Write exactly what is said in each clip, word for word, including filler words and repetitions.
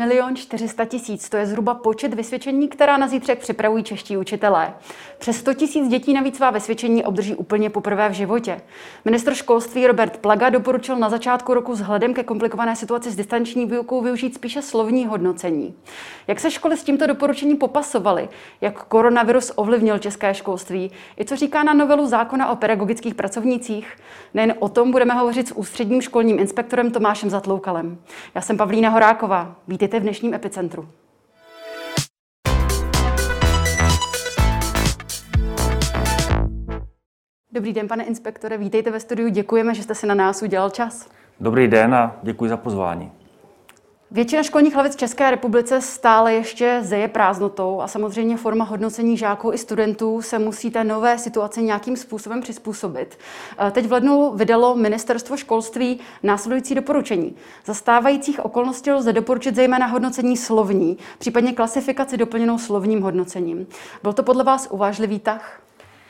milion čtyři sta tisíc. To je zhruba počet vysvědčení, která na zítřek připravují čeští učitelé. Přes sto tisíc dětí navíc svá vysvědčení obdrží úplně poprvé v životě. Ministr školství Robert Plaga doporučil na začátku roku vzhledem ke komplikované situaci s distanční výukou využít spíše slovní hodnocení. Jak se školy s tímto doporučením popasovaly? Jak koronavirus ovlivnil české školství? I co říká na novelu zákona o pedagogických pracovnících? Nejen o tom budeme hovořit s ústředním školním inspektorem Tomášem Zatloukalem. Já jsem Pavlína Horáková. Vítejte v dnešním Epicentru. Dobrý den, pane inspektore, vítejte ve studiu. Děkujeme, že jste si na nás udělal čas. Dobrý den a děkuji za pozvání. Většina školních lavic v České republice stále ještě zeje prázdnotou a samozřejmě forma hodnocení žáků i studentů se musí té nové situaci nějakým způsobem přizpůsobit. Teď v lednu vydalo Ministerstvo školství následující doporučení. Za stávajících okolností lze doporučit zejména hodnocení slovní, případně klasifikaci doplněnou slovním hodnocením. Byl to podle vás uvážlivý tah?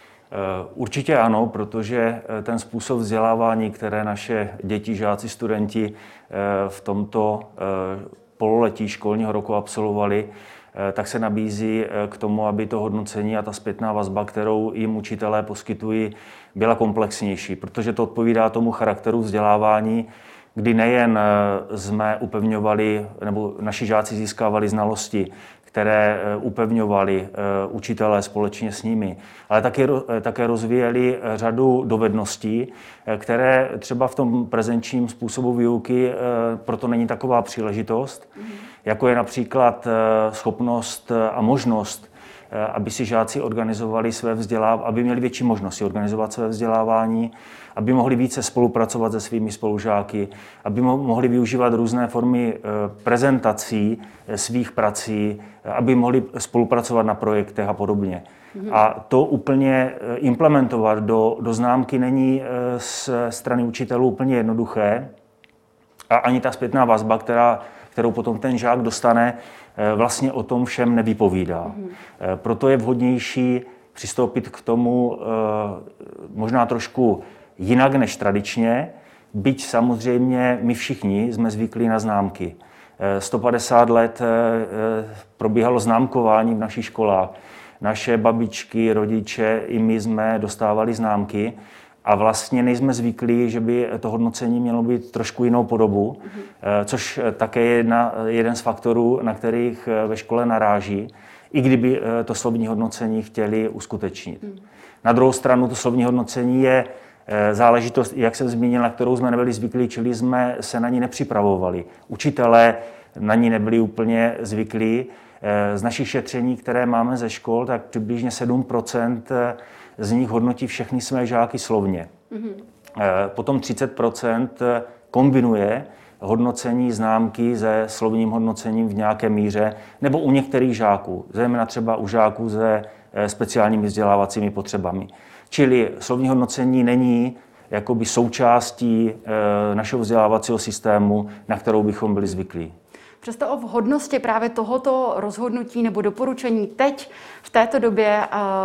Určitě ano, protože ten způsob vzdělávání, které naše děti, žáci, studenti v tomto pololetí školního roku absolvovali, tak se nabízí k tomu, aby to hodnocení a ta zpětná vazba, kterou jim učitelé poskytují, byla komplexnější, protože to odpovídá tomu charakteru vzdělávání, kdy nejen jsme upevňovali, nebo naši žáci získávali znalosti, které upevňovali učitelé společně s nimi, ale také, také rozvíjeli řadu dovedností, které třeba v tom prezenčním způsobu výuky proto není taková příležitost, mm. jako je například schopnost a možnost, aby si žáci organizovali své vzdělávání, aby měli větší možnosti organizovat své vzdělávání, aby mohli více spolupracovat se svými spolužáky, aby mohli využívat různé formy prezentací svých prací, aby mohli spolupracovat na projektech a podobně. Mm. A to úplně implementovat do, do známky není z strany učitelů úplně jednoduché. A ani ta zpětná vazba, která, kterou potom ten žák dostane, vlastně o tom všem nevypovídá. Mm. Proto je vhodnější přistoupit k tomu možná trošku jinak než tradičně, byť samozřejmě my všichni jsme zvyklí na známky. sto padesát let probíhalo známkování v našich školách. Naše babičky, rodiče i my jsme dostávali známky a vlastně nejsme zvyklí, že by to hodnocení mělo být trošku jinou podobu, mm. což také je jedna, jeden z faktorů, na kterých ve škole naráží, i kdyby to slovní hodnocení chtěli uskutečnit. Mm. Na druhou stranu to slovní hodnocení je záležitost, jak jsem zmínil, na kterou jsme nebyli zvyklí, čili jsme se na ní nepřipravovali. Učitelé na ní nebyli úplně zvyklí. Z našich šetření, které máme ze škol, tak přibližně sedm procent z nich hodnotí všechny své žáky slovně. Mm-hmm. Potom třicet procent kombinuje hodnocení známky se slovním hodnocením v nějaké míře, nebo u některých žáků, zejména třeba u žáků se speciálními vzdělávacími potřebami. Čili slovní hodnocení není jakoby součástí našeho vzdělávacího systému, na kterou bychom byli zvyklí. Přesto o vhodnosti právě tohoto rozhodnutí nebo doporučení teď v této době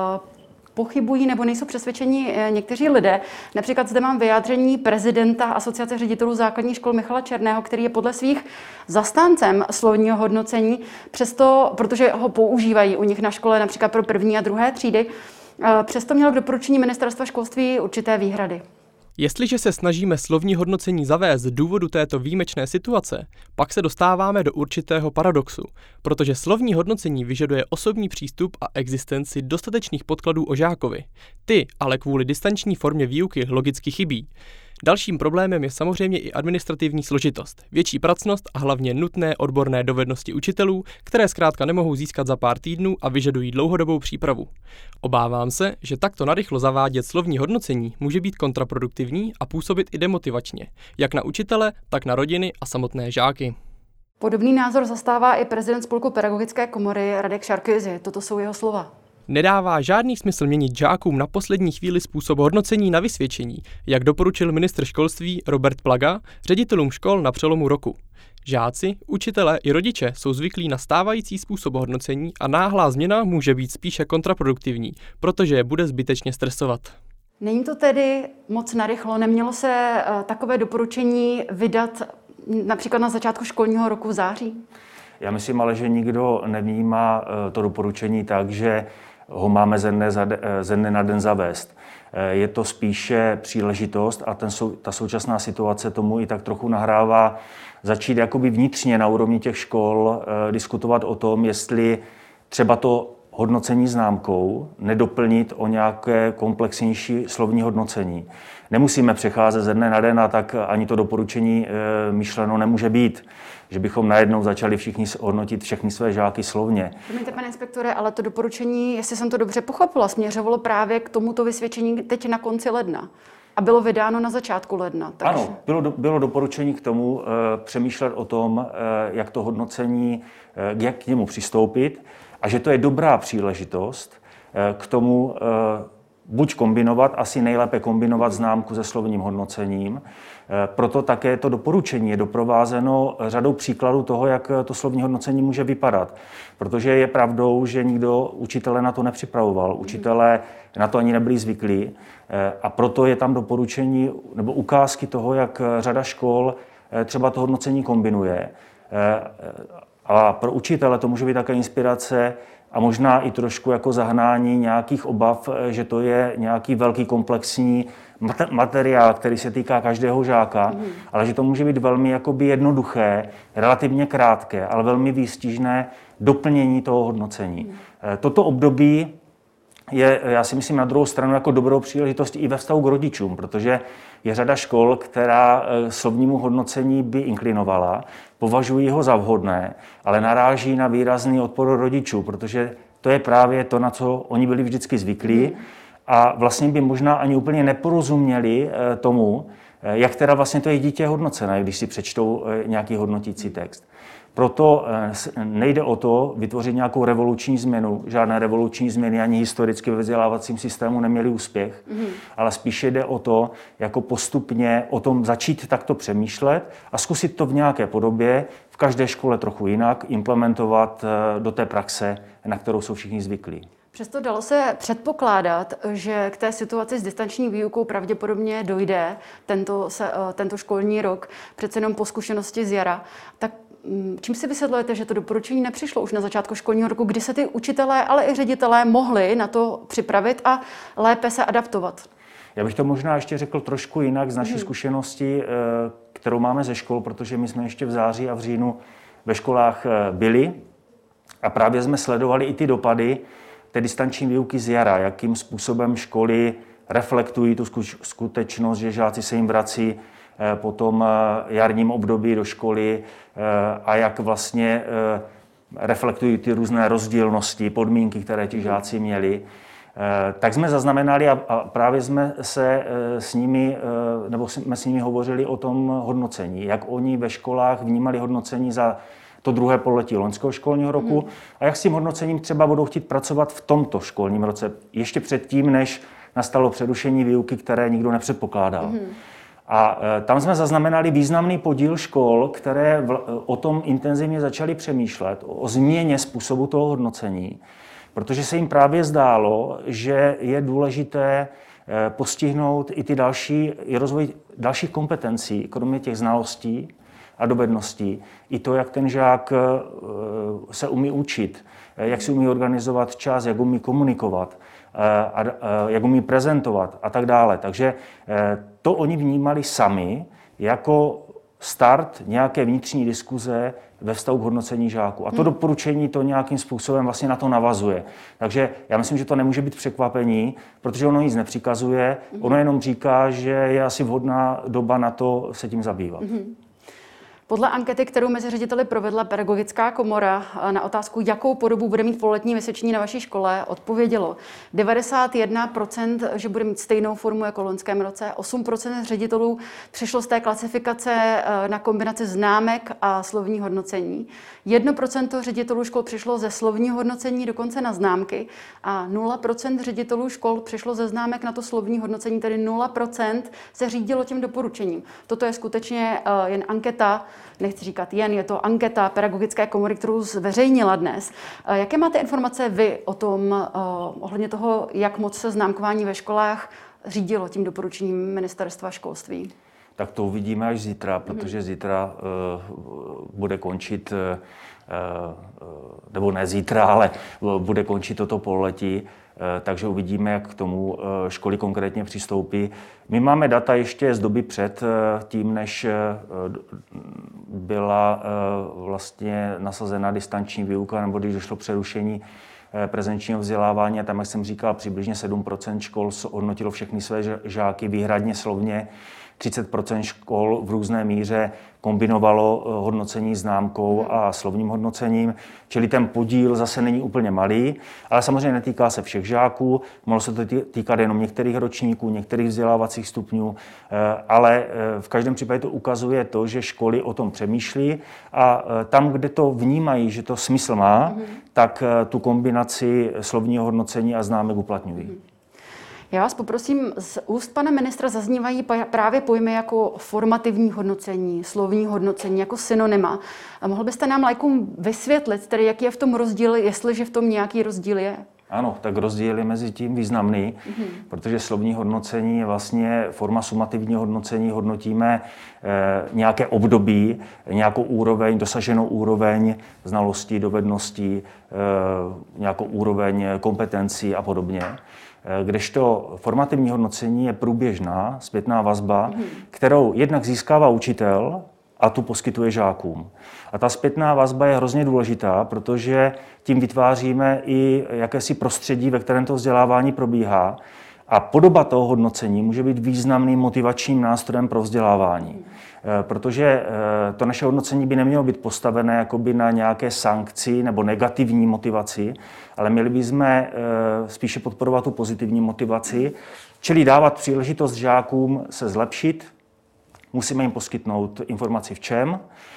pochybují nebo nejsou přesvědčeni někteří lidé. Například zde mám vyjádření prezidenta Asociace ředitelů základních škol Michala Černého, který je podle svých zastáncem slovního hodnocení, přesto, protože ho používají u nich na škole například pro první a druhé třídy, přesto měl k doporučení Ministerstva školství určité výhrady. Jestliže se snažíme slovní hodnocení zavést z důvodu této výjimečné situace, pak se dostáváme do určitého paradoxu, protože slovní hodnocení vyžaduje osobní přístup a existenci dostatečných podkladů o žákovi. Ty ale kvůli distanční formě výuky logicky chybí. Dalším problémem je samozřejmě i administrativní složitost, větší pracnost a hlavně nutné odborné dovednosti učitelů, které zkrátka nemohou získat za pár týdnů a vyžadují dlouhodobou přípravu. Obávám se, že takto narychlo zavádět slovní hodnocení může být kontraproduktivní a působit i demotivačně, jak na učitele, tak na rodiny a samotné žáky. Podobný názor zastává i prezident spolku pedagogické komory Radek Sarkozy. Toto jsou jeho slova. Nedává žádný smysl měnit žákům na poslední chvíli způsob hodnocení na vysvědčení, jak doporučil ministr školství Robert Plaga ředitelům škol na přelomu roku. Žáci, učitelé i rodiče jsou zvyklí na stávající způsob hodnocení a náhlá změna může být spíše kontraproduktivní, protože je bude zbytečně stresovat. Není to tedy moc narychlo? Nemělo se takové doporučení vydat například na začátku školního roku v září? Já myslím ale, že nikdo nevnímá to doporučení tak, že ho máme ze dne, za de, ze dne na den zavést. Je to spíše příležitost a ten, ta současná situace tomu i tak trochu nahrává začít jakoby vnitřně na úrovni těch škol eh, diskutovat o tom, jestli třeba to hodnocení známkou nedoplnit o nějaké komplexnější slovní hodnocení. Nemusíme přecházet ze dne na den a tak ani to doporučení e, myšleno nemůže být, že bychom najednou začali všichni hodnotit všechny své žáky slovně. Promiňte, pane inspektore, ale to doporučení, jestli jsem to dobře pochopila, směřovalo právě k tomuto vysvědčení teď na konci ledna. A bylo vydáno na začátku ledna. Takže... Ano, bylo, do, bylo doporučení k tomu e, přemýšlet o tom, e, jak to hodnocení, e, jak k němu přistoupit a že to je dobrá příležitost e, k tomu e, buď kombinovat, asi nejlépe kombinovat známku se slovním hodnocením. E, proto také to doporučení je doprovázeno řadou příkladů toho, jak to slovní hodnocení může vypadat. Protože je pravdou, že nikdo učitele na to nepřipravoval. Učitelé na to ani nebyli zvyklí. E, a proto je tam doporučení nebo ukázky toho, jak řada škol e, třeba to hodnocení kombinuje. E, a pro učitele to může být také inspirace a možná i trošku jako zahnání nějakých obav, že to je nějaký velký komplexní materiál, který se týká každého žáka, mm. ale že to může být velmi jakoby jednoduché, relativně krátké, ale velmi výstižné doplnění toho hodnocení. Mm. Toto období je, já si myslím, na druhou stranu jako dobrou příležitost i ve vztahu k rodičům, protože je řada škol, která slovnímu hodnocení by inklinovala, považují ho za vhodné, ale naráží na výrazný odpor rodičů, protože to je právě to, na co oni byli vždycky zvyklí a vlastně by možná ani úplně neporozuměli tomu, jak teda vlastně to je dítě hodnocené, když si přečtou nějaký hodnotící text. Proto nejde o to vytvořit nějakou revoluční změnu. Žádné revoluční změny ani historicky ve vzdělávacím systému neměly úspěch, mm. ale spíše jde o to, jako postupně o tom začít takto přemýšlet a zkusit to v nějaké podobě, v každé škole trochu jinak, implementovat do té praxe, na kterou jsou všichni zvyklí. Přesto dalo se předpokládat, že k té situaci s distanční výukou pravděpodobně dojde tento, se, tento školní rok, přece jenom po zkušenosti z jara. Tak čím si vysvětlujete, že to doporučení nepřišlo už na začátku školního roku, kdy se ty učitelé, ale i ředitelé mohli na to připravit a lépe se adaptovat? Já bych to možná ještě řekl trošku jinak z naší hmm. zkušenosti, kterou máme ze škol, protože my jsme ještě v září a v říjnu ve školách byli a právě jsme sledovali i ty dopady té distanční výuky z jara, jakým způsobem školy reflektují tu skutečnost, že žáci se jim vrací po tom jarním období do školy a jak vlastně reflektují ty různé rozdílnosti, podmínky, které ti žáci měli. Tak jsme zaznamenali a právě jsme se s nimi, nebo jsme s nimi hovořili o tom hodnocení, jak oni ve školách vnímali hodnocení za to druhé pololetí loňského školního roku hmm. a jak s tím hodnocením třeba budou chtít pracovat v tomto školním roce, ještě předtím, než nastalo přerušení výuky, které nikdo nepředpokládal. Hmm. A tam jsme zaznamenali významný podíl škol, které v, o tom intenzivně začaly přemýšlet, o změně způsobu toho hodnocení, protože se jim právě zdálo, že je důležité postihnout i ty další, i rozvoj dalších kompetencí, kromě těch znalostí a dovedností, i to, jak ten žák se umí učit, jak si umí organizovat čas, jak umí komunikovat, a jak umí prezentovat a tak dále. Takže to oni vnímali sami jako start nějaké vnitřní diskuze ve vztahu k hodnocení žáků. A to hmm. doporučení to nějakým způsobem vlastně na to navazuje. Takže já myslím, že to nemůže být překvapení, protože ono nic nepřikazuje, hmm. ono jenom říká, že je asi vhodná doba na to se tím zabývat. Hmm. Podle ankety, kterou mezi řediteli provedla Pedagogická komora na otázku, jakou podobu bude mít pololetní vysvědčení na vaší škole, odpovědělo devadesát jedna procent, že bude mít stejnou formu jako v loňském roce, osm procent ředitelů přišlo z té klasifikace na kombinaci známek a slovní hodnocení, jedno procento ředitelů škol přišlo ze slovního hodnocení dokonce na známky a nula procent ředitelů škol přišlo ze známek na to slovní hodnocení, tedy nula procent se řídilo tím doporučením. Toto je skutečně jen anketa, nechci říkat jen, je to anketa Pedagogické komory, kterou zveřejnila dnes. Jaké máte informace vy o tom, uh, ohledně toho, jak moc se známkování ve školách řídilo tím doporučením Ministerstva školství? Tak to uvidíme až zítra, protože zítra uh, bude končit, uh, nebo ne zítra, ale bude končit toto pololetí, uh, takže uvidíme, jak k tomu uh, školy konkrétně přistoupí. My máme data ještě z doby před uh, tím, než uh, byla uh, vlastně nasazena distanční výuka, nebo když došlo přerušení prezenčního vzdělávání a tam, jak jsem říkal, přibližně sedm procent škol hodnotilo všechny své žáky výhradně slovně, třicet procent škol v různé míře kombinovalo hodnocení známkou a slovním hodnocením, čili ten podíl zase není úplně malý, ale samozřejmě netýká se všech žáků, mohlo se to týkat jenom některých ročníků, některých vzdělávacích stupňů, ale v každém případě to ukazuje to, že školy o tom přemýšlí a tam, kde to vnímají, že to smysl má, tak tu kombinaci slovního hodnocení a známek uplatňují. Já vás poprosím, z úst pana ministra zaznívají právě pojmy jako formativní hodnocení, slovní hodnocení, jako synonyma. A mohl byste nám laikům vysvětlit, tedy jaký je v tom rozdíl, jestliže v tom nějaký rozdíl je? Ano, tak rozdíl je mezi tím významný, mm-hmm. protože slovní hodnocení je vlastně forma sumativního hodnocení. Hodnotíme eh, nějaké období, nějakou úroveň, dosaženou úroveň znalostí, dovedností, eh, nějakou úroveň kompetencí a podobně. Kdežto formativní hodnocení je průběžná zpětná vazba, mm. kterou jednak získává učitel a tu poskytuje žákům. A ta zpětná vazba je hrozně důležitá, protože tím vytváříme i jakési prostředí, ve kterém to vzdělávání probíhá. A podoba toho hodnocení může být významným motivačním nástrojem pro vzdělávání. Mm. Protože to naše hodnocení by nemělo být postavené jakoby na nějaké sankci nebo negativní motivaci, ale měli bychom spíše podporovat tu pozitivní motivaci, čili dávat příležitost žákům se zlepšit. Musíme jim poskytnout informaci v čem,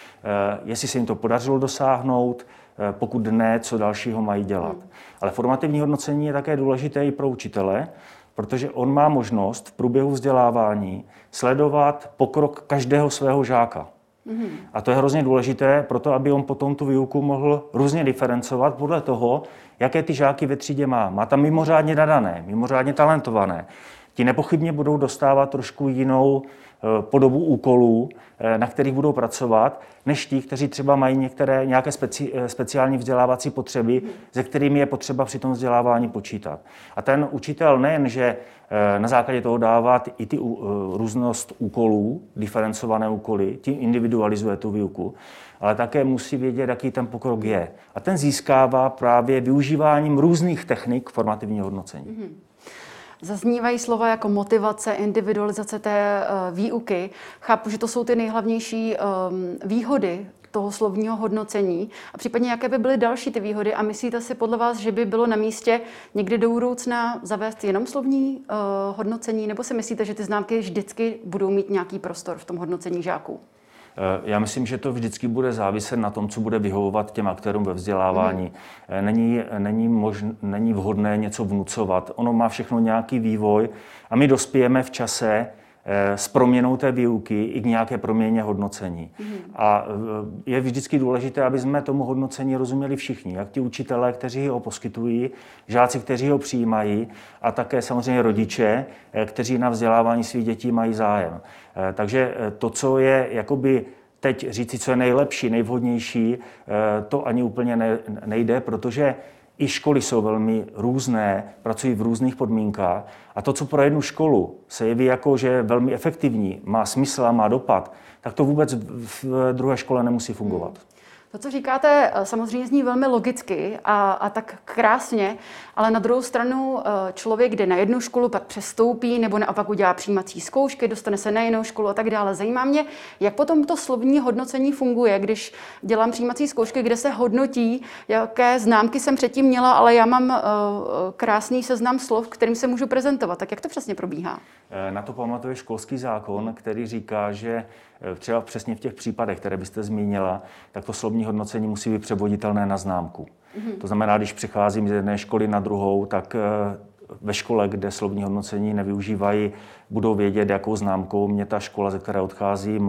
jestli se jim to podařilo dosáhnout, pokud ne, co dalšího mají dělat. Ale formativní hodnocení je také důležité i pro učitele, protože on má možnost v průběhu vzdělávání sledovat pokrok každého svého žáka. Mm-hmm. A to je hrozně důležité, proto aby on potom tu výuku mohl různě diferencovat podle toho, jaké ty žáky ve třídě má. Má tam mimořádně nadané, mimořádně talentované. Ti nepochybně budou dostávat trošku jinou podobu úkolů, na kterých budou pracovat, než ti, kteří třeba mají některé nějaké speci, speciální vzdělávací potřeby, se kterými je potřeba při tom vzdělávání počítat. A ten učitel nejen, že na základě toho dávat i ty různost úkolů, diferencované úkoly, tím individualizuje tu výuku, ale také musí vědět, jaký ten pokrok je. A ten získává právě využíváním různých technik formativního hodnocení. Mm-hmm. Zaznívají slova jako motivace, individualizace té uh, výuky. Chápu, že to jsou ty nejhlavnější um, výhody toho slovního hodnocení. A případně, jaké by byly další ty výhody? A myslíte si podle vás, že by bylo na místě někdy do budoucna zavést jenom slovní uh, hodnocení? Nebo si myslíte, že ty známky vždycky budou mít nějaký prostor v tom hodnocení žáků? Já myslím, že to vždycky bude záviset na tom, co bude vyhovovat těm aktérům ve vzdělávání. Mm. Není, není, možn, není vhodné něco vnucovat. Ono má všechno nějaký vývoj a my dospějeme v čase s proměnou té výuky i k nějaké proměně hodnocení. Mm. A je vždycky důležité, aby jsme tomu hodnocení rozuměli všichni, jak ti učitelé, kteří ho poskytují, žáci, kteří ho přijímají a také samozřejmě rodiče, kteří na vzdělávání svých dětí mají zájem. Takže to, co je jakoby teď říci, co je nejlepší, nejvhodnější, to ani úplně nejde, protože i školy jsou velmi různé, pracují v různých podmínkách a to, co pro jednu školu se jeví jako, že je velmi efektivní, má smysl a má dopad, tak to vůbec v druhé škole nemusí fungovat. Hmm. To, co říkáte, samozřejmě zní velmi logicky a, a tak krásně, ale na druhou stranu člověk jde na jednu školu, pak přestoupí nebo naopak udělá přijímací zkoušky, dostane se na jinou školu a tak dále. Zajímá mě, jak potom to slovní hodnocení funguje, když dělám přijímací zkoušky, kde se hodnotí, jaké známky jsem předtím měla, ale já mám uh, krásný seznam slov, kterým se můžu prezentovat. Tak jak to přesně probíhá? Na to pamatuje školský zákon, který říká, že třeba přesně v těch případech, které byste zmínila, tak to slovní hodnocení musí být převoditelné na známku. Mm-hmm. To znamená, když přicházím z jedné školy na druhou, tak ve škole, kde slovní hodnocení nevyužívají, budou vědět, jakou známkou mě ta škola, ze které odcházím,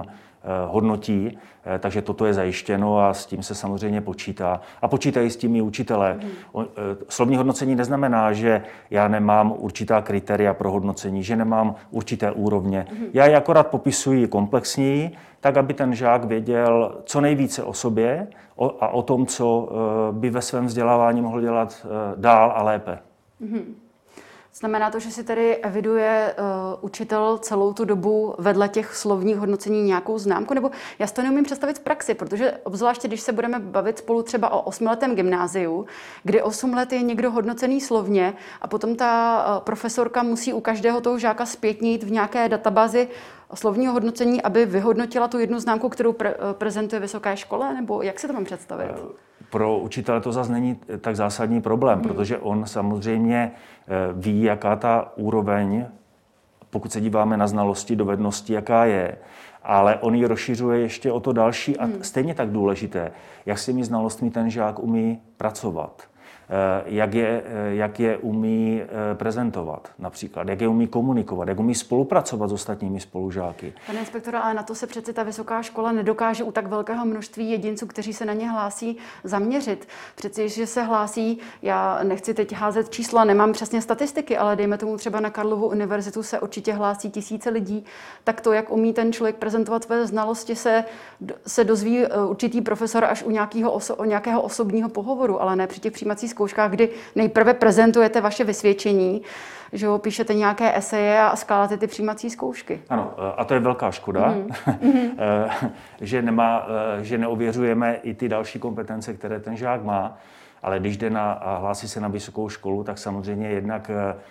hodnotí, takže toto je zajištěno a s tím se samozřejmě počítá. A počítají s tím i učitelé. Mm. Slovní hodnocení neznamená, že já nemám určitá kritéria pro hodnocení, že nemám určité úrovně. Mm. Já je akorát popisuji komplexněji, tak, aby ten žák věděl co nejvíce o sobě a o tom, co by ve svém vzdělávání mohl dělat dál a lépe. Mm. Znamená to, že si tedy eviduje uh, učitel celou tu dobu vedle těch slovních hodnocení nějakou známku? Nebo já si to neumím představit v praxi, protože obzvláště, když se budeme bavit spolu třeba o osmiletém gymnáziu, kdy osm let je někdo hodnocený slovně a potom ta uh, profesorka musí u každého toho žáka zpětnit v nějaké databázi slovního hodnocení, aby vyhodnotila tu jednu známku, kterou pre- prezentuje vysoké škole? Nebo jak si to mám představit? Pro učitele to zase není tak zásadní problém, hmm. protože on samozřejmě ví, jaká ta úroveň, pokud se díváme na znalosti, dovednosti, jaká je, ale on ji rozšiřuje ještě o to další a hmm. stejně tak důležité, jak s těmi znalostmi ten žák umí pracovat. Jak je, jak je umí prezentovat například, jak je umí komunikovat, jak umí spolupracovat s ostatními spolužáky. Pane inspektore, ale na to se přece ta vysoká škola nedokáže u tak velkého množství jedinců, kteří se na ně hlásí, zaměřit. Přeci, že se hlásí, já nechci teď házet čísla, nemám přesně statistiky, ale dejme tomu třeba na Karlovu univerzitu se určitě hlásí tisíce lidí, tak to, jak umí ten člověk prezentovat své znalosti, se, se dozví určitý profesor až u nějakého, oso, nějakého osobního pohovoru, ale ne při těch přijímacích zkouškách, kdy nejprve prezentujete vaše vysvědčení, že ho píšete nějaké eseje a skládáte ty přijímací zkoušky. Ano, a to je velká škoda, mm. že, nemá, že neověřujeme i ty další kompetence, které ten žák má, ale když jde na, a hlásí se na vysokou školu, tak samozřejmě jednak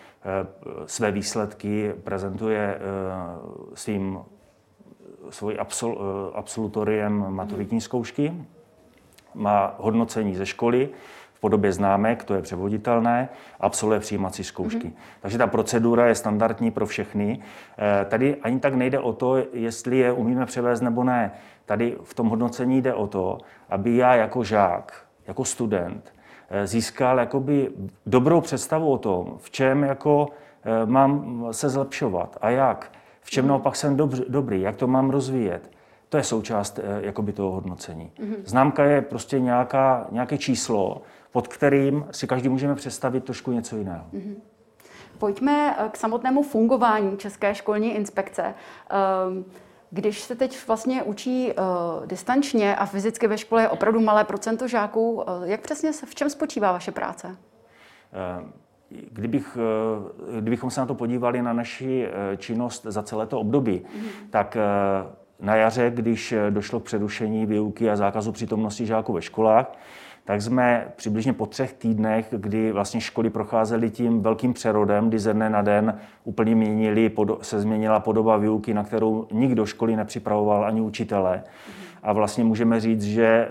své výsledky prezentuje svým svým absol, absolutoriem maturitní zkoušky, má hodnocení ze školy, v podobě známek, to je převoditelné, absolvuje přijímací zkoušky. Mm-hmm. Takže ta procedura je standardní pro všechny. Tady ani tak nejde o to, jestli je umíme převést nebo ne. Tady v tom hodnocení jde o to, aby já jako žák, jako student, získal jakoby dobrou představu o tom, v čem jako mám se zlepšovat a jak. V čem naopak jsem dobř, dobrý, jak to mám rozvíjet. To je součást jakoby toho hodnocení. Mm-hmm. Známka je prostě nějaká, nějaké číslo, pod kterým si každý můžeme představit trošku něco jiného. Mm-hmm. Pojďme k samotnému fungování České školní inspekce. Když se teď vlastně učí distančně a fyzicky ve škole je opravdu malé procento žáků, jak přesně, v čem spočívá vaše práce? Kdybych, kdybychom se na to podívali na naši činnost za celé to období, mm-hmm. tak na jaře, když došlo k přerušení výuky a zákazu přítomnosti žáků ve školách, tak jsme přibližně po třech týdnech, kdy vlastně školy procházely tím velkým přerodem, kdy ze dne na den úplně měnili, se změnila podoba výuky, na kterou nikdo školy nepřipravoval, ani učitelé. A vlastně můžeme říct, že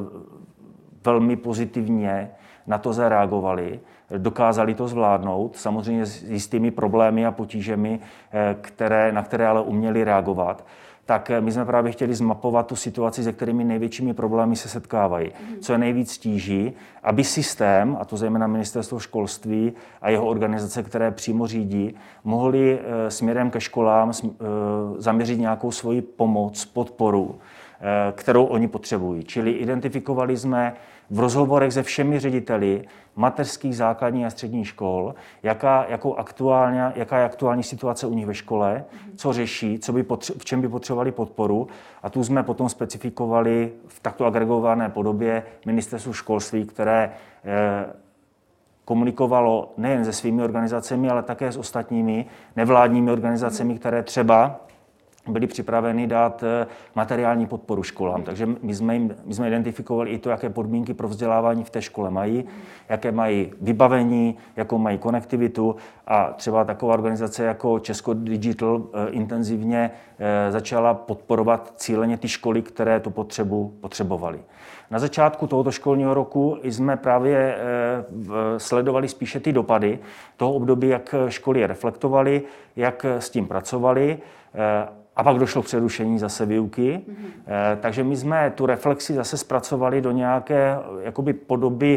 velmi pozitivně na to zareagovali, dokázali to zvládnout, samozřejmě s jistými problémy a potížemi, které, na které ale uměli reagovat. Tak my jsme právě chtěli zmapovat tu situaci, se kterými největšími problémy se setkávají. Co je nejvíc tíží, aby systém, a to zejména Ministerstvo školství a jeho organizace, které přímo řídí, mohli směrem ke školám zaměřit nějakou svoji pomoc, podporu, kterou oni potřebují. Čili identifikovali jsme v rozhovorech se všemi řediteli mateřských, základních a středních škol, jaká, jakou aktuálně, jaká je aktuální situace u nich ve škole, co řeší, co by potře- v čem by potřebovali podporu. A tu jsme potom specifikovali v takto agregované podobě Ministerstvu školství, které eh, komunikovalo nejen se svými organizacemi, ale také s ostatními nevládními organizacemi, které třeba byli připraveni dát materiální podporu školám. Takže my jsme, jim, my jsme identifikovali i to, jaké podmínky pro vzdělávání v té škole mají, jaké mají vybavení, jakou mají konektivitu a třeba taková organizace jako Česko Digital intenzivně začala podporovat cíleně ty školy, které tu potřebu potřebovaly. Na začátku tohoto školního roku jsme právě sledovali spíše ty dopady toho období, jak školy reflektovaly, jak s tím pracovali. A pak došlo k přerušení zase výuky. Mm-hmm. Takže my jsme tu reflexi zase zpracovali do nějaké jakoby podoby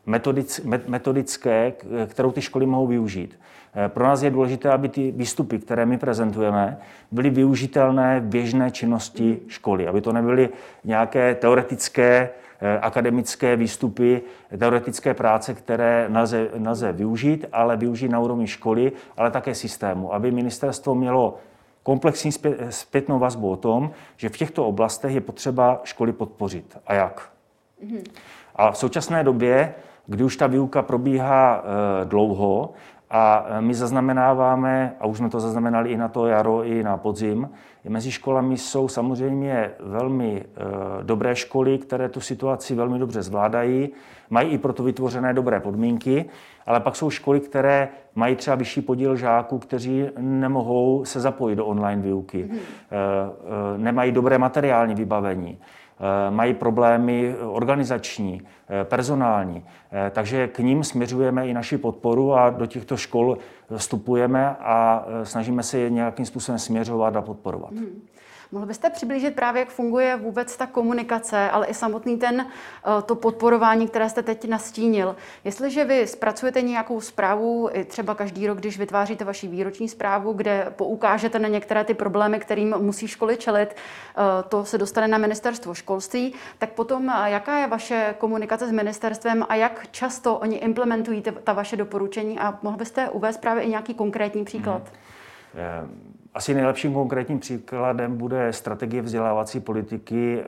metodické, kterou ty školy mohou využít. Pro nás je důležité, aby ty výstupy, které my prezentujeme, byly využitelné v běžné činnosti školy, aby to nebyly nějaké teoretické, akademické výstupy, teoretické práce, které nelze, nelze využít, ale využít na úrovni školy, ale také systému, aby ministerstvo mělo komplexní zpětnou vazbu o tom, že v těchto oblastech je potřeba školy podpořit. A jak? Mm. A v současné době, kdy už ta výuka probíhá e, dlouho a my zaznamenáváme, a už jsme to zaznamenali i na to jaro, i na podzim, mezi školami jsou samozřejmě velmi e, dobré školy, které tu situaci velmi dobře zvládají, mají i proto vytvořené dobré podmínky, ale pak jsou školy, které mají třeba vyšší podíl žáků, kteří nemohou se zapojit do online výuky, mm. e, e, nemají dobré materiální vybavení, e, mají problémy organizační, e, personální. E, takže k ním směřujeme i naši podporu a do těchto škol vstupujeme a snažíme se je nějakým způsobem směřovat a podporovat. Mm. Mohl byste přiblížit právě, jak funguje vůbec ta komunikace, ale i samotný ten, to podporování, které jste teď nastínil. Jestliže vy zpracujete nějakou zprávu, i třeba každý rok, když vytváříte vaši výroční zprávu, kde poukážete na některé ty problémy, kterým musí školy čelit, to se dostane na ministerstvo školství, tak potom jaká je vaše komunikace s ministerstvem a jak často oni implementují ta vaše doporučení a mohl byste uvést právě i nějaký konkrétní příklad? Hmm. Asi nejlepším konkrétním příkladem bude strategie vzdělávací politiky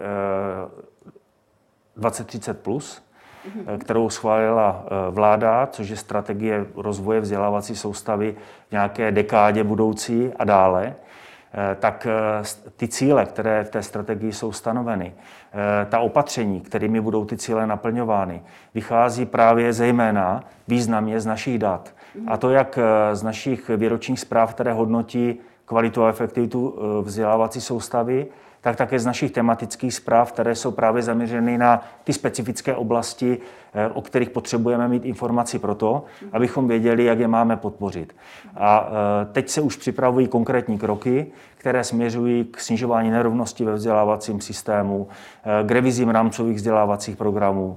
dvacet třicet plus, mm-hmm. kterou schválila vláda, což je strategie rozvoje vzdělávací soustavy v nějaké dekádě budoucí a dále. Tak ty cíle, které v té strategii jsou stanoveny, ta opatření, kterými budou ty cíle naplňovány, vychází právě zejména významně z našich dat. A to jak z našich výročních zpráv, které hodnotí kvalitu a efektivitu vzdělávací soustavy, tak také z našich tematických zpráv, které jsou právě zaměřeny na ty specifické oblasti, o kterých potřebujeme mít informaci pro to, abychom věděli, jak je máme podpořit. A teď se už připravují konkrétní kroky, které směřují k snižování nerovnosti ve vzdělávacím systému, k revizím rámcových vzdělávacích programů,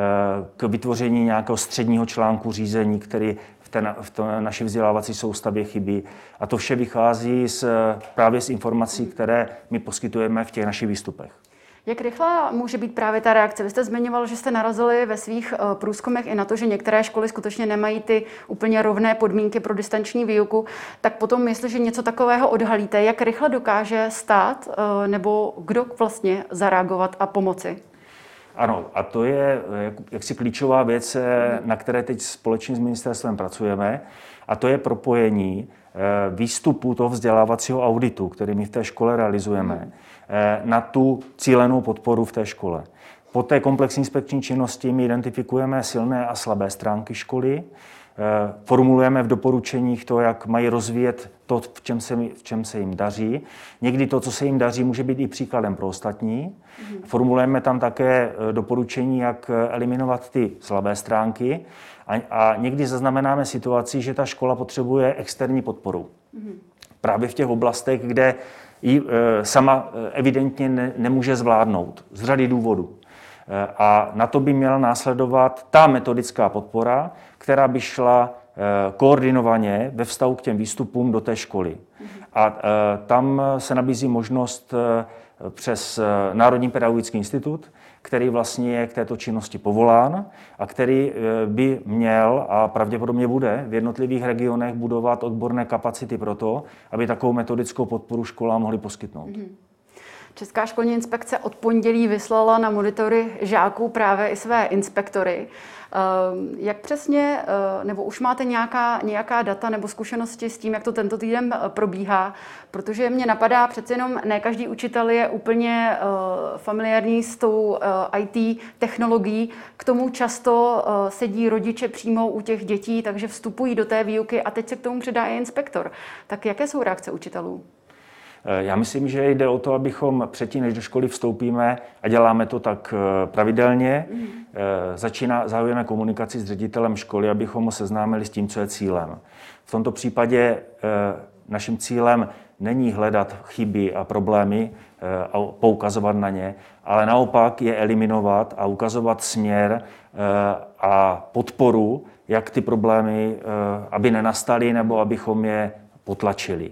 k vytvoření nějakého středního článku řízení, který v té, v té naší vzdělávací soustavě chybí. A to vše vychází z, právě z informací, které my poskytujeme v těch našich výstupech. Jak rychlá může být právě ta reakce? Vy jste zmiňoval, že jste narazili ve svých průzkumech i na to, že některé školy skutečně nemají ty úplně rovné podmínky pro distanční výuku. Tak potom, jestliže něco takového odhalíte, jak rychle dokáže stát nebo kdo vlastně zareagovat a pomoci? Ano, a to je jaksi klíčová věc, na které teď společně s ministerstvem pracujeme, a to je propojení výstupu toho vzdělávacího auditu, který my v té škole realizujeme, na tu cílenou podporu v té škole. Po té komplexní inspekční činnosti my identifikujeme silné a slabé stránky školy, formulujeme v doporučeních to, jak mají rozvíjet to, v čem se, v čem se jim daří. Někdy to, co se jim daří, může být i příkladem pro ostatní. Formulujeme tam také doporučení, jak eliminovat ty slabé stránky. A, a někdy zaznamenáme situaci, že ta škola potřebuje externí podporu. Právě v těch oblastech, kde ji e, sama evidentně ne, nemůže zvládnout z řady důvodů. E, a na to by měla následovat ta metodická podpora, která by šla e, koordinovaně ve vztahu k těm výstupům do té školy. A e, tam se nabízí možnost e, přes Národní pedagogický institut, který vlastně je k této činnosti povolán a který by měl a pravděpodobně bude v jednotlivých regionech budovat odborné kapacity pro to, aby takovou metodickou podporu školám mohly poskytnout. Česká školní inspekce od pondělí vyslala na monitory žáků právě i své inspektory. Jak přesně, nebo už máte nějaká, nějaká data nebo zkušenosti s tím, jak to tento týden probíhá? Protože mě napadá, přece jenom ne každý učitel je úplně familiární s tou í té technologií. K tomu často sedí rodiče přímo u těch dětí, takže vstupují do té výuky a teď se k tomu přidá i inspektor. Tak jaké jsou reakce učitelů? Já myslím, že jde o to, abychom předtím, než do školy vstoupíme, a děláme to tak pravidelně, mm. začíná, zahajujeme komunikaci s ředitelem školy, abychom ho seznámili s tím, co je cílem. V tomto případě naším cílem není hledat chyby a problémy a poukazovat na ně, ale naopak je eliminovat a ukazovat směr a podporu, jak ty problémy, aby nenastaly nebo abychom je potlačili.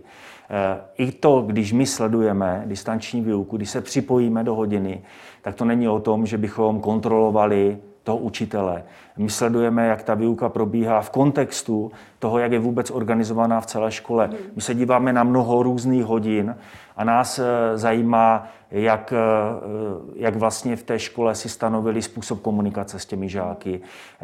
I to, když my sledujeme distanční výuku, když se připojíme do hodiny, tak to není o tom, že bychom kontrolovali toho učitele. My sledujeme, jak ta výuka probíhá v kontextu toho, jak je vůbec organizovaná v celé škole. My se díváme na mnoho různých hodin a nás zajímá, jak, jak vlastně v té škole si stanovili způsob komunikace s těmi žáky,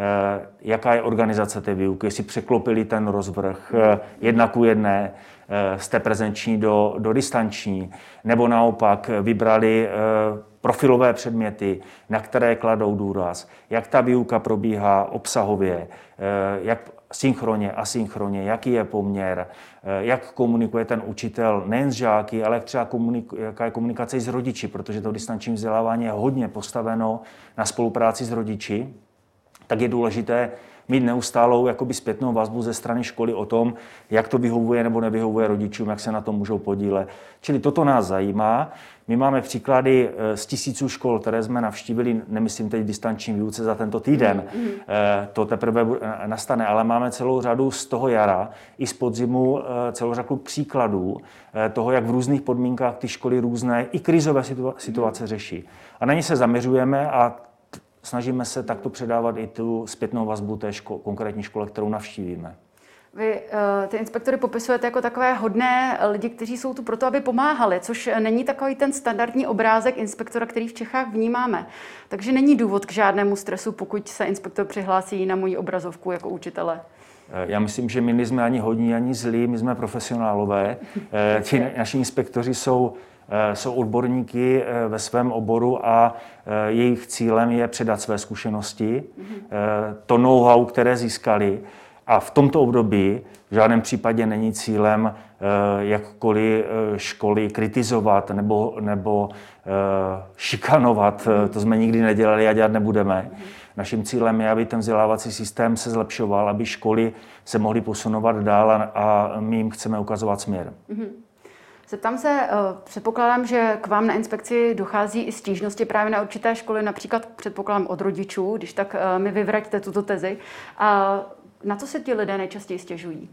jaká je organizace té výuky, jestli překlopili ten rozvrh jedna ku jedné z té prezenční do, do distanční, nebo naopak vybrali profilové předměty, na které kladou důraz, jak ta výuka probíhá obsahově, jak synchronně, asynchronně, jaký je poměr, jak komunikuje ten učitel nejen s žáky, ale jak třeba komuniku, jaká je komunikace i s rodiči, protože to distanční vzdělávání je hodně postaveno na spolupráci s rodiči, tak je důležité mít neustálou jakoby zpětnou vazbu ze strany školy o tom, jak to vyhovuje nebo nevyhovuje rodičům, jak se na tom můžou podílet. Čili toto nás zajímá. My máme příklady z tisíců škol, které jsme navštívili, nemyslím teď distanční výuce za tento týden, mm, mm. to teprve nastane, ale máme celou řadu z toho jara i z podzimu celou řadu příkladů toho, jak v různých podmínkách ty školy různé i krizové situace řeší. A na ně se zaměřujeme a snažíme se takto předávat i tu zpětnou vazbu té ško- konkrétní škole, kterou navštívíme. Vy ty inspektory popisujete jako takové hodné lidi, kteří jsou tu proto, aby pomáhali, což není takový ten standardní obrázek inspektora, který v Čechách vnímáme. Takže není důvod k žádnému stresu, pokud se inspektor přihlásí na moji obrazovku jako učitele. Já myslím, že my nejsme ani hodní, ani zlí, my jsme profesionálové. Ti naši inspektoři jsou jsou odborníky ve svém oboru a jejich cílem je předat své zkušenosti, to know-how, které získali. A v tomto období v žádném případě není cílem jakkoliv školy kritizovat nebo, nebo šikanovat. To jsme nikdy nedělali a dělat nebudeme. Naším cílem je, aby ten vzdělávací systém se zlepšoval, aby školy se mohly posunovat dál a my jim chceme ukazovat směr. Zeptám se, předpokládám, že k vám na inspekci dochází i stížnosti právě na určité školy, například předpokládám od rodičů, když tak mi vyvraťte tuto tezi. A na co se ti lidé nejčastěji stěžují?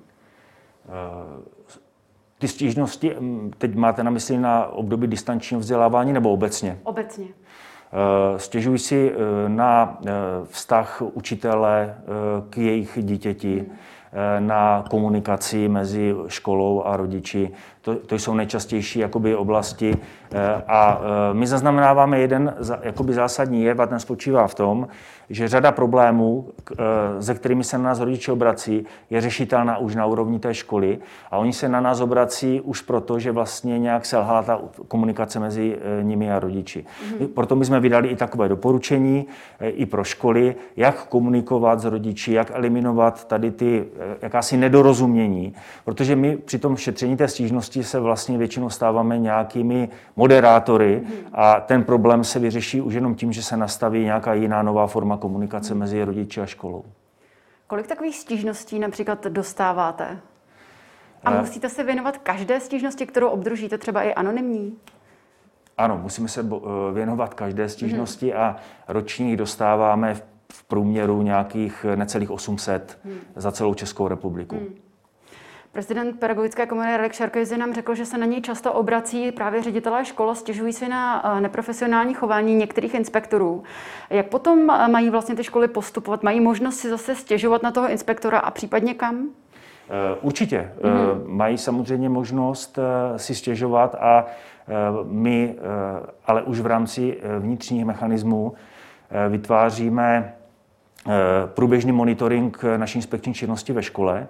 Ty stížnosti, teď máte na mysli na období distančního vzdělávání nebo obecně? Obecně. Stěžují si na vztah učitele k jejich dítěti, hmm. na komunikaci mezi školou a rodiči. To, to jsou nejčastější jakoby, oblasti. A my zaznamenáváme jeden jakoby, zásadní jev, a ten spočívá v tom, že řada problémů, se kterými se na nás rodiče obrací, je řešitelná už na úrovni té školy. A oni se na nás obrací už proto, že vlastně nějak selhala ta komunikace mezi nimi a rodiči. Mm-hmm. Proto my jsme vydali i takové doporučení i pro školy, jak komunikovat s rodiči, jak eliminovat tady ty jakási nedorozumění. Protože my při tom šetření té stížnosti se vlastně většinou stáváme nějakými moderátory a ten problém se vyřeší už jenom tím, že se nastaví nějaká jiná nová forma komunikace mezi rodiči a školou. Kolik takových stížností například dostáváte? A musíte se věnovat každé stížnosti, kterou obdržíte, třeba i anonymní? Ano, musíme se věnovat každé stížnosti hmm. a ročních dostáváme v průměru nějakých necelých osm set hmm. za celou Českou republiku. Hmm. Prezident pedagogické komory Radek Šarkojzy nám řekl, že se na něj často obrací právě ředitelé škol, stěžují si na neprofesionální chování některých inspektorů. Jak potom mají vlastně ty školy postupovat? Mají možnost si zase stěžovat na toho inspektora a případně kam? Určitě. Mm-hmm. Mají samozřejmě možnost si stěžovat a my, ale už v rámci vnitřních mechanismů vytváříme průběžný monitoring naší inspekční činnosti ve škole.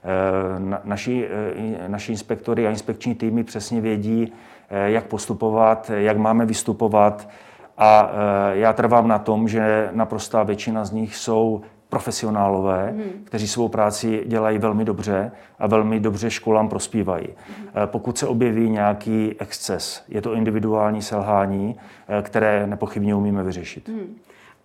Naši, naši inspektory a inspekční týmy přesně vědí, jak postupovat, jak máme vystupovat a já trvám na tom, že naprostá většina z nich jsou profesionálové, hmm. kteří svou práci dělají velmi dobře a velmi dobře školám prospívají. Hmm. Pokud se objeví nějaký exces, je to individuální selhání, které nepochybně umíme vyřešit. Hmm.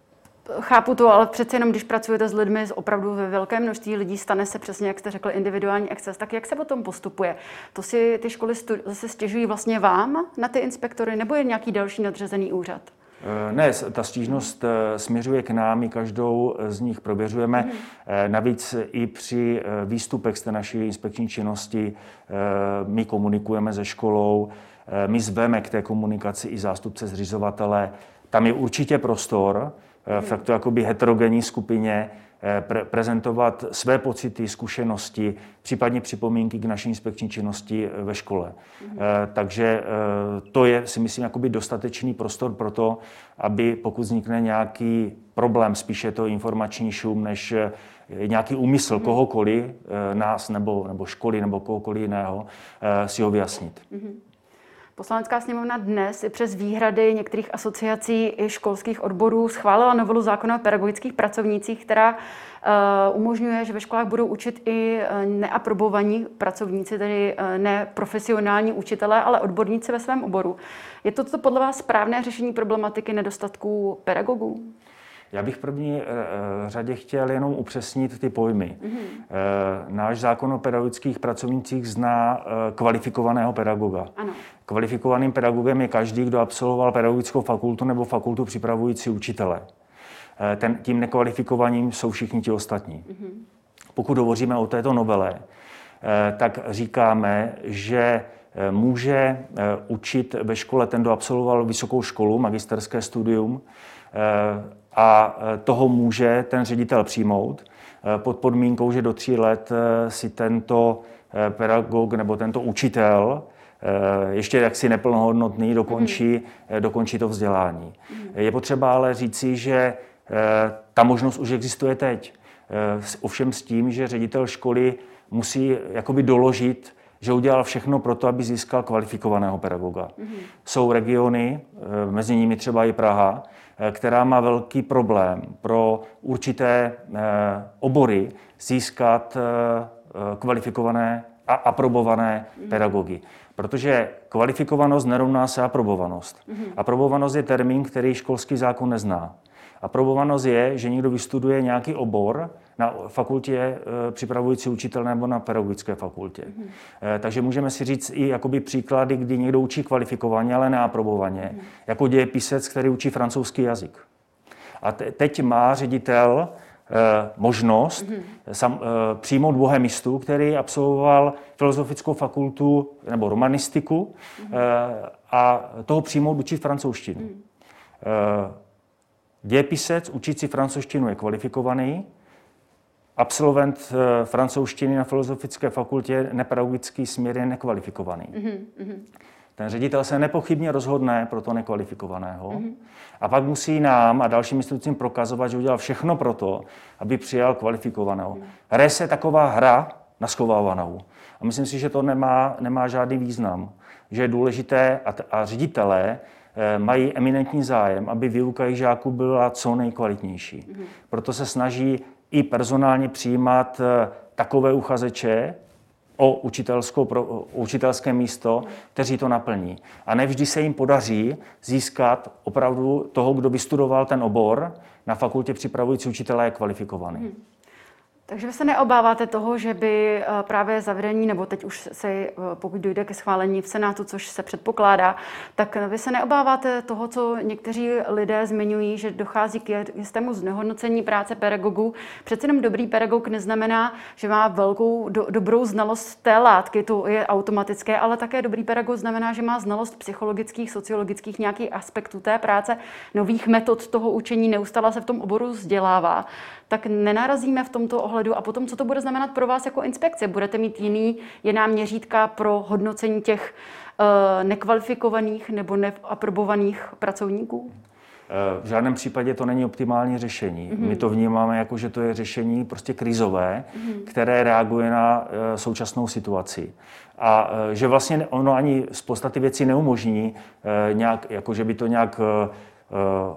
Chápu to, ale přece jenom, když pracujete s lidmi z opravdu ve velké množství lidí, stane se přesně, jak jste řekl, individuální exces, tak jak se potom postupuje? To si ty školy stu- zase stěžují vlastně vám na ty inspektory, nebo je nějaký další nadřazený úřad? Ne, ta stížnost směřuje k nám, my každou z nich prověřujeme. Hmm. Navíc i při výstupech z té naší inspekční činnosti my komunikujeme se školou, my zveme k té komunikaci i zástupce zřizovatele. Tam je určitě prostor v takto jakoby heterogenní skupině pre- prezentovat své pocity, zkušenosti, případně připomínky k naší inspekční činnosti ve škole. Mm. Takže to je, si myslím, jakoby dostatečný prostor pro to, aby pokud vznikne nějaký problém, spíše to informační šum, než nějaký úmysl mm. kohokoliv, nás nebo, nebo školy nebo kohokoliv jiného, si ho vyjasnit. Mm. Poslanecká sněmovna dnes i přes výhrady některých asociací i školských odborů schválila novelu zákona o pedagogických pracovnících, která uh, umožňuje, že ve školách budou učit i neaprobovaní pracovníci, tedy uh, ne profesionální učitelé, ale odborníci ve svém oboru. Je to, to podle vás správné řešení problematiky nedostatků pedagogů? Já bych v první řadě chtěl jenom upřesnit ty pojmy. Mm-hmm. Náš zákon o pedagogických pracovnících zná kvalifikovaného pedagoga. Ano. Kvalifikovaným pedagogem je každý, kdo absolvoval pedagogickou fakultu nebo fakultu připravující učitele. Ten, tím nekvalifikovaným jsou všichni ti ostatní. Mm-hmm. Pokud hovoříme o této novele, tak říkáme, že může učit ve škole ten, kdo absolvoval vysokou školu, magisterské studium, a toho může ten ředitel přijmout pod podmínkou, že do tří let si tento pedagog nebo tento učitel, ještě jaksi neplnohodnotný, dokončí, mm. dokončí to vzdělání. Mm. Je potřeba ale říci, že ta možnost už existuje teď. Ovšem s tím, že ředitel školy musí jakoby doložit, že udělal všechno pro to, aby získal kvalifikovaného pedagoga. Mm. Jsou regiony, mezi nimi třeba i Praha, která má velký problém pro určité obory získat kvalifikované a aprobované pedagogy. Protože kvalifikovanost nerovná se aprobovanost. Aprobovanost je termín, který školský zákon nezná. Aprobovanost je, že někdo vystuduje nějaký obor na fakultě připravující učitel nebo na pedagogické fakultě. Mm. Takže můžeme si říct i jakoby příklady, kdy někdo učí kvalifikovaně, ale neaprobovaně. Mm. Jako dějepisec, který učí francouzský jazyk. A te- teď má ředitel eh, možnost mm. sam, eh, přijmout bohemistu, který absolvoval filozofickou fakultu nebo romanistiku mm. eh, a toho přijmout učit francouzštinu. Mm. Eh, Dějepisec učící francouzštinu je kvalifikovaný, absolvent francouzštiny na filozofické fakultě nepedagogický směr je nekvalifikovaný. Mm-hmm. Ten ředitel se nepochybně rozhodne pro to nekvalifikovaného mm-hmm. a pak musí nám a dalším institucím prokazovat, že udělal všechno pro to, aby přijal kvalifikovaného. Mm-hmm. Hraje se taková hra na schovávanou. A myslím si, že to nemá, nemá žádný význam. Že je důležité a, t- a ředitelé mají eminentní zájem, aby výuka jejich žáků byla co nejkvalitnější. Mm. Proto se snaží i personálně přijímat takové uchazeče o, učitelskou, o učitelské místo, kteří to naplní. A nevždy se jim podaří získat opravdu toho, kdo vystudoval ten obor na fakultě připravující učitele je kvalifikovaný. Mm. Takže vy se neobáváte toho, že by právě zavedení, nebo teď už se, pokud dojde ke schválení v Senátu, což se předpokládá, tak vy se neobáváte toho, co někteří lidé zmiňují, že dochází k jistému znehodnocení práce pedagogů. Přece jenom dobrý pedagog neznamená, že má velkou do, dobrou znalost té látky, to je automatické, ale také dobrý pedagog znamená, že má znalost psychologických, sociologických nějakých aspektů té práce, nových metod toho učení, neustále se v tom oboru vzdělává. Tak nenarazíme v tomto ohledu a potom, co to bude znamenat pro vás jako inspekce? Budete mít jiný, jiná měřítka pro hodnocení těch uh, nekvalifikovaných nebo neaprobovaných pracovníků? V žádném případě to není optimální řešení. Mm-hmm. My to vnímáme jako, že to je řešení prostě krizové, mm-hmm. které reaguje na uh, současnou situaci. A uh, že vlastně ono ani z podstaty věcí neumožní, uh, nějak, jako že by to nějak uh,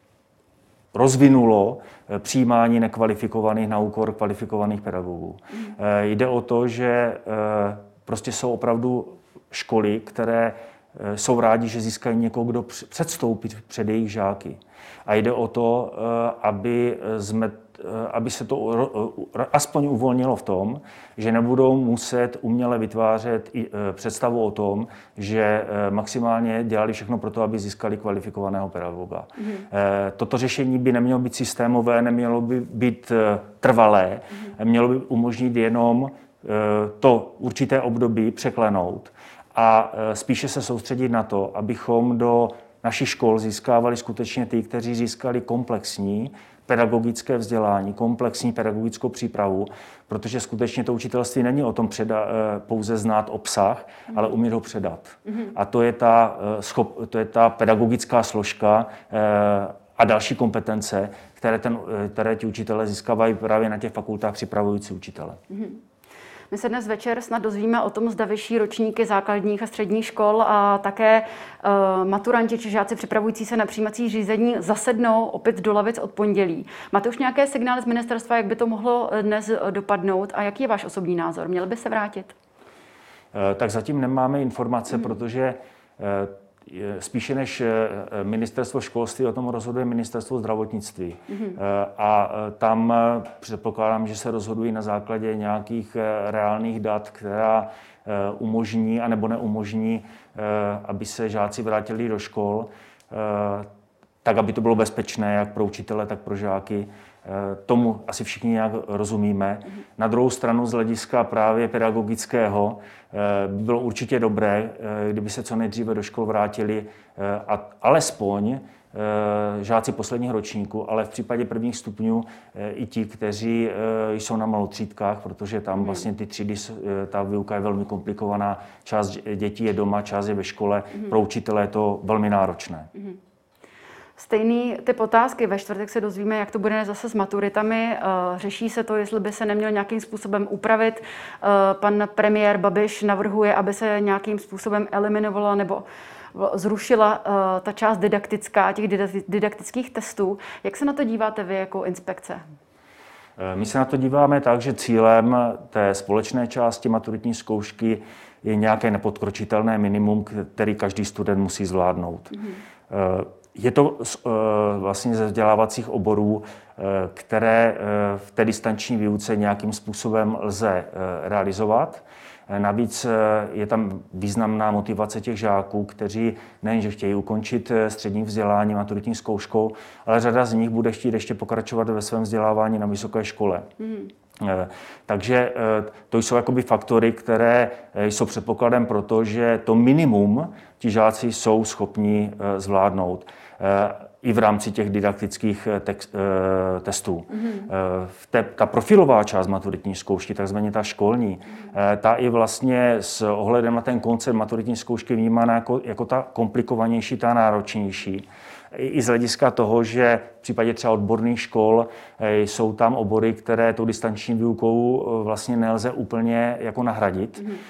rozvinulo přijímání nekvalifikovaných na úkor kvalifikovaných pedagogů. Mm. Jde o to, že prostě jsou opravdu školy, které jsou rádi, že získají někoho, kdo předstoupí před jejich žáky. A jde o to, aby, jsme, aby se to aspoň uvolnilo v tom, že nebudou muset uměle vytvářet představu o tom, že maximálně dělali všechno pro to, aby získali kvalifikovaného pedagoga. Mm. Toto řešení by nemělo být systémové, nemělo by být trvalé, mm. mělo by umožnit jenom to určité období překlenout a spíše se soustředit na to, abychom do našich škol získávali skutečně ty, kteří získali komplexní pedagogické vzdělání, komplexní pedagogickou přípravu, protože skutečně to učitelství není o tom předa, pouze znát obsah, mm. ale umět ho předat. Mm. A to je ta, schop, to je ta pedagogická složka a další kompetence, které, ten, které ti učitelé získávají právě na těch fakultách připravující učitele. Mm. My se dnes večer snad dozvíme o tom, zda vyšší ročníky základních a středních škol a také uh, maturanti či žáci připravující se na přijímací řízení zasednou opět do lavic od pondělí. Máte už nějaké signály z ministerstva, jak by to mohlo dnes dopadnout a jaký je váš osobní názor? Měli by se vrátit? Uh, tak zatím nemáme informace, hmm. protože uh, spíše než ministerstvo školství o tom rozhoduje ministerstvo zdravotnictví. Mm-hmm. A tam předpokládám, že se rozhodují na základě nějakých reálných dat, která umožní anebo neumožní, aby se žáci vrátili do škol, tak, aby to bylo bezpečné jak pro učitele, tak pro žáky. Tomu asi všichni nějak rozumíme. Mm-hmm. Na druhou stranu z hlediska právě pedagogického by bylo určitě dobré, kdyby se co nejdříve do škol vrátili a alespoň žáci posledního ročníku, ale v případě prvních stupňů i ti, kteří jsou na malotřídkách, protože tam vlastně ty třídy, ta výuka je velmi komplikovaná, část dětí je doma, část je ve škole, mm-hmm. pro učitele je to velmi náročné. Mm-hmm. Stejný typ otázky. Ve čtvrtek se dozvíme, jak to bude zase s maturitami. Řeší se to, jestli by se neměl nějakým způsobem upravit. Pan premiér Babiš navrhuje, aby se nějakým způsobem eliminovala nebo zrušila ta část didaktická, těch didaktických testů. Jak se na to díváte vy jako inspekce? My se na to díváme tak, že cílem té společné části maturitní zkoušky je nějaké nepodkročitelné minimum, který každý student musí zvládnout. Mm-hmm. Je to vlastně ze vzdělávacích oborů, které v té distanční výuce nějakým způsobem lze realizovat. Navíc je tam významná motivace těch žáků, kteří nejenže chtějí ukončit střední vzdělání maturitní zkouškou, ale řada z nich bude chtít ještě pokračovat ve svém vzdělávání na vysoké škole. Mm. Takže to jsou jakoby faktory, které jsou předpokladem pro to, že to minimum ti žáci jsou schopni zvládnout i v rámci těch didaktických text, testů. Mm-hmm. Te, ta profilová část maturitní zkoušky, takzvaně ta školní, mm-hmm. ta i vlastně s ohledem na ten koncept maturitní zkoušky vnímána jako, jako ta komplikovanější, ta náročnější. I z hlediska toho, že v případě třeba odborných škol jsou tam obory, které tou distanční výukou vlastně nelze úplně jako nahradit. Mm.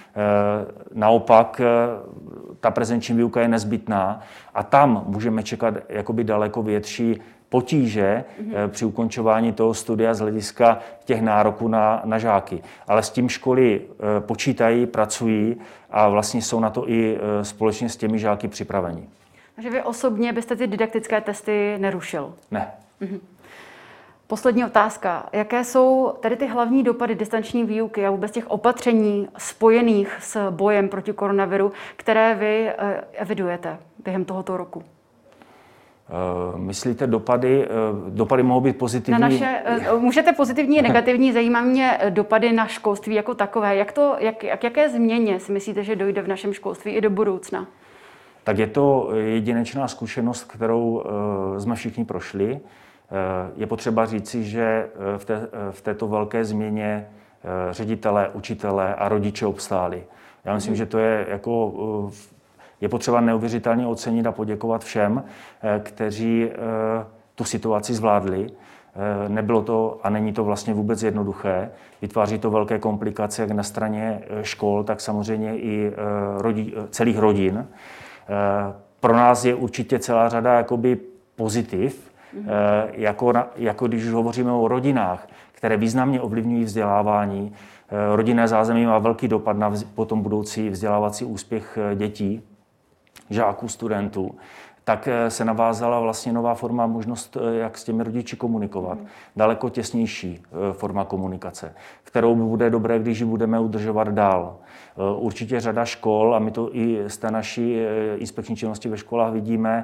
Naopak ta prezenční výuka je nezbytná a tam můžeme čekat jakoby daleko větší potíže mm. při ukončování toho studia z hlediska těch nároků na, na žáky. Ale s tím školy počítají, pracují a vlastně jsou na to i společně s těmi žáky připraveni. Takže vy osobně byste ty didaktické testy nerušil? Ne. Mhm. Poslední otázka. Jaké jsou tady ty hlavní dopady distanční výuky a vůbec těch opatření spojených s bojem proti koronaviru, které vy evidujete během tohoto roku? Uh, myslíte dopady? Uh, dopady mohou být pozitivní? Na naše, uh, můžete pozitivní i negativní. Zajímá mě dopady na školství jako takové. Jak to, jak, jak, jaké změně si myslíte, že dojde v našem školství i do budoucna? Tak je to jedinečná zkušenost, kterou jsme všichni prošli. Je potřeba říci, že v, té, v této velké změně ředitelé, učitelé a rodiče obstáli. Já myslím, mm. že to je jako je potřeba neuvěřitelně ocenit a poděkovat všem, kteří tu situaci zvládli. Nebylo to a není to vlastně vůbec jednoduché. Vytváří to velké komplikace jak na straně škol, tak samozřejmě i rodi, celých rodin. Pro nás je určitě celá řada jakoby pozitiv, mm-hmm. jako, jako když už hovoříme o rodinách, které významně ovlivňují vzdělávání. Rodinné zázemí má velký dopad na potom budoucí vzdělávací úspěch dětí. žáků, studentů, tak se navázala vlastně nová forma, možnost, jak s těmi rodiči komunikovat. Daleko těsnější forma komunikace, kterou bude dobré, když ji budeme udržovat dál. Určitě řada škol, a my to i z té naší inspekční činnosti ve školách vidíme,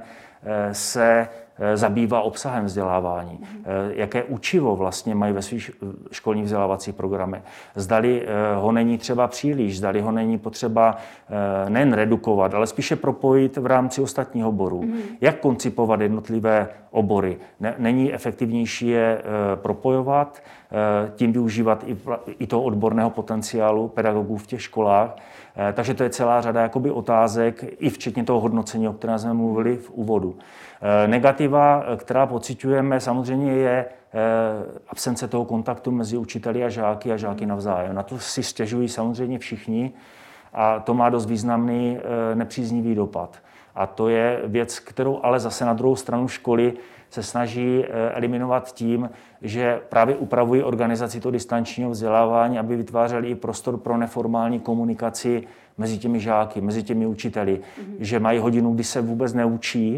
se zabývá obsahem vzdělávání. Jaké učivo vlastně mají ve svých školních vzdělávacích programech. Zdali ho není třeba příliš, zdali ho není potřeba nejen redukovat, ale spíše propojit v rámci ostatních oborů. Mm. Jak koncipovat jednotlivé obory. Není efektivnější je propojovat, tím využívat i, i toho odborného potenciálu pedagogů v těch školách. Takže to je celá řada jakoby otázek, i včetně toho hodnocení, o kterém jsme mluvili v úvodu. Negativa, která pociťujeme, samozřejmě je absence toho kontaktu mezi učiteli a žáky a žáky navzájem. Na to si stěžují samozřejmě všichni a to má dost významný nepříznivý dopad. A to je věc, kterou ale zase na druhou stranu školy se snaží eliminovat tím, že právě upravují organizaci toho distančního vzdělávání, aby vytvářeli i prostor pro neformální komunikaci mezi těmi žáky, mezi těmi učiteli, mm-hmm. že mají hodinu, kdy se vůbec neučí,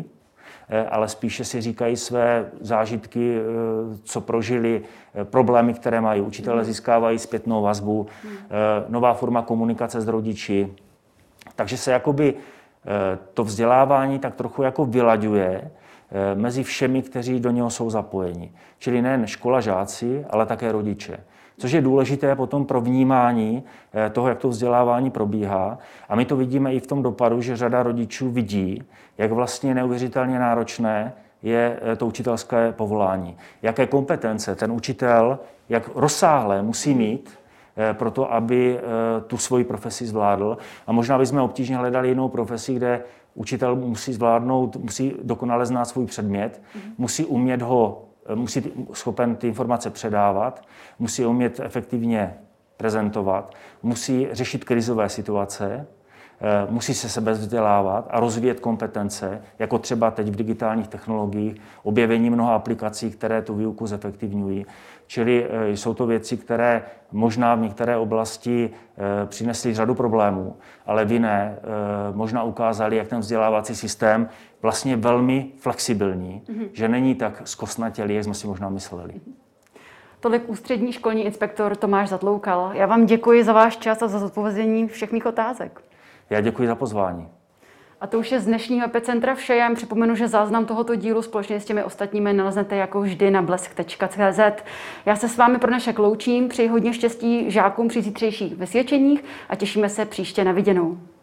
ale spíše si říkají své zážitky, co prožili, problémy, které mají. Učitelé získávají zpětnou vazbu, nová forma komunikace s rodiči. Takže se jakoby to vzdělávání tak trochu jako vylaďuje mezi všemi, kteří do něho jsou zapojeni. Čili nejen škola, žáci, ale také rodiče. Což je důležité potom pro vnímání toho, jak to vzdělávání probíhá. A my to vidíme i v tom dopadu, že řada rodičů vidí, jak vlastně neuvěřitelně náročné je to učitelské povolání. Jaké kompetence ten učitel, jak rozsáhlé musí mít pro to, aby tu svoji profesi zvládl. A možná bychom obtížně hledali jinou profesi, kde učitel musí zvládnout, musí dokonale znát svůj předmět, mm-hmm. musí umět ho, musí schopen ty informace předávat, musí umět efektivně prezentovat, musí řešit krizové situace, musí se sebe vzdělávat a rozvíjet kompetence, jako třeba teď v digitálních technologiích, objevení mnoha aplikací, které tu výuku zefektivňují. Čili jsou to věci, které možná v některé oblasti přinesly řadu problémů, ale v jiné možná ukázaly, jak ten vzdělávací systém vlastně velmi flexibilní, mm-hmm. že není tak zkostnatělý, jak jsme si možná mysleli. Tolik ústřední školní inspektor Tomáš Zatloukal. Já vám děkuji za váš čas a za zodpovězení všech mých otázek. Já děkuji za pozvání. A to už je z dnešního Epicentra vše. Já jen připomenu, že záznam tohoto dílu společně s těmi ostatními naleznete jako vždy na blesk tečka cé zet. Já se s vámi pro dnešek loučím, přeji hodně štěstí žákům při zítřejších vysvědčeních a těšíme se příště na viděnou.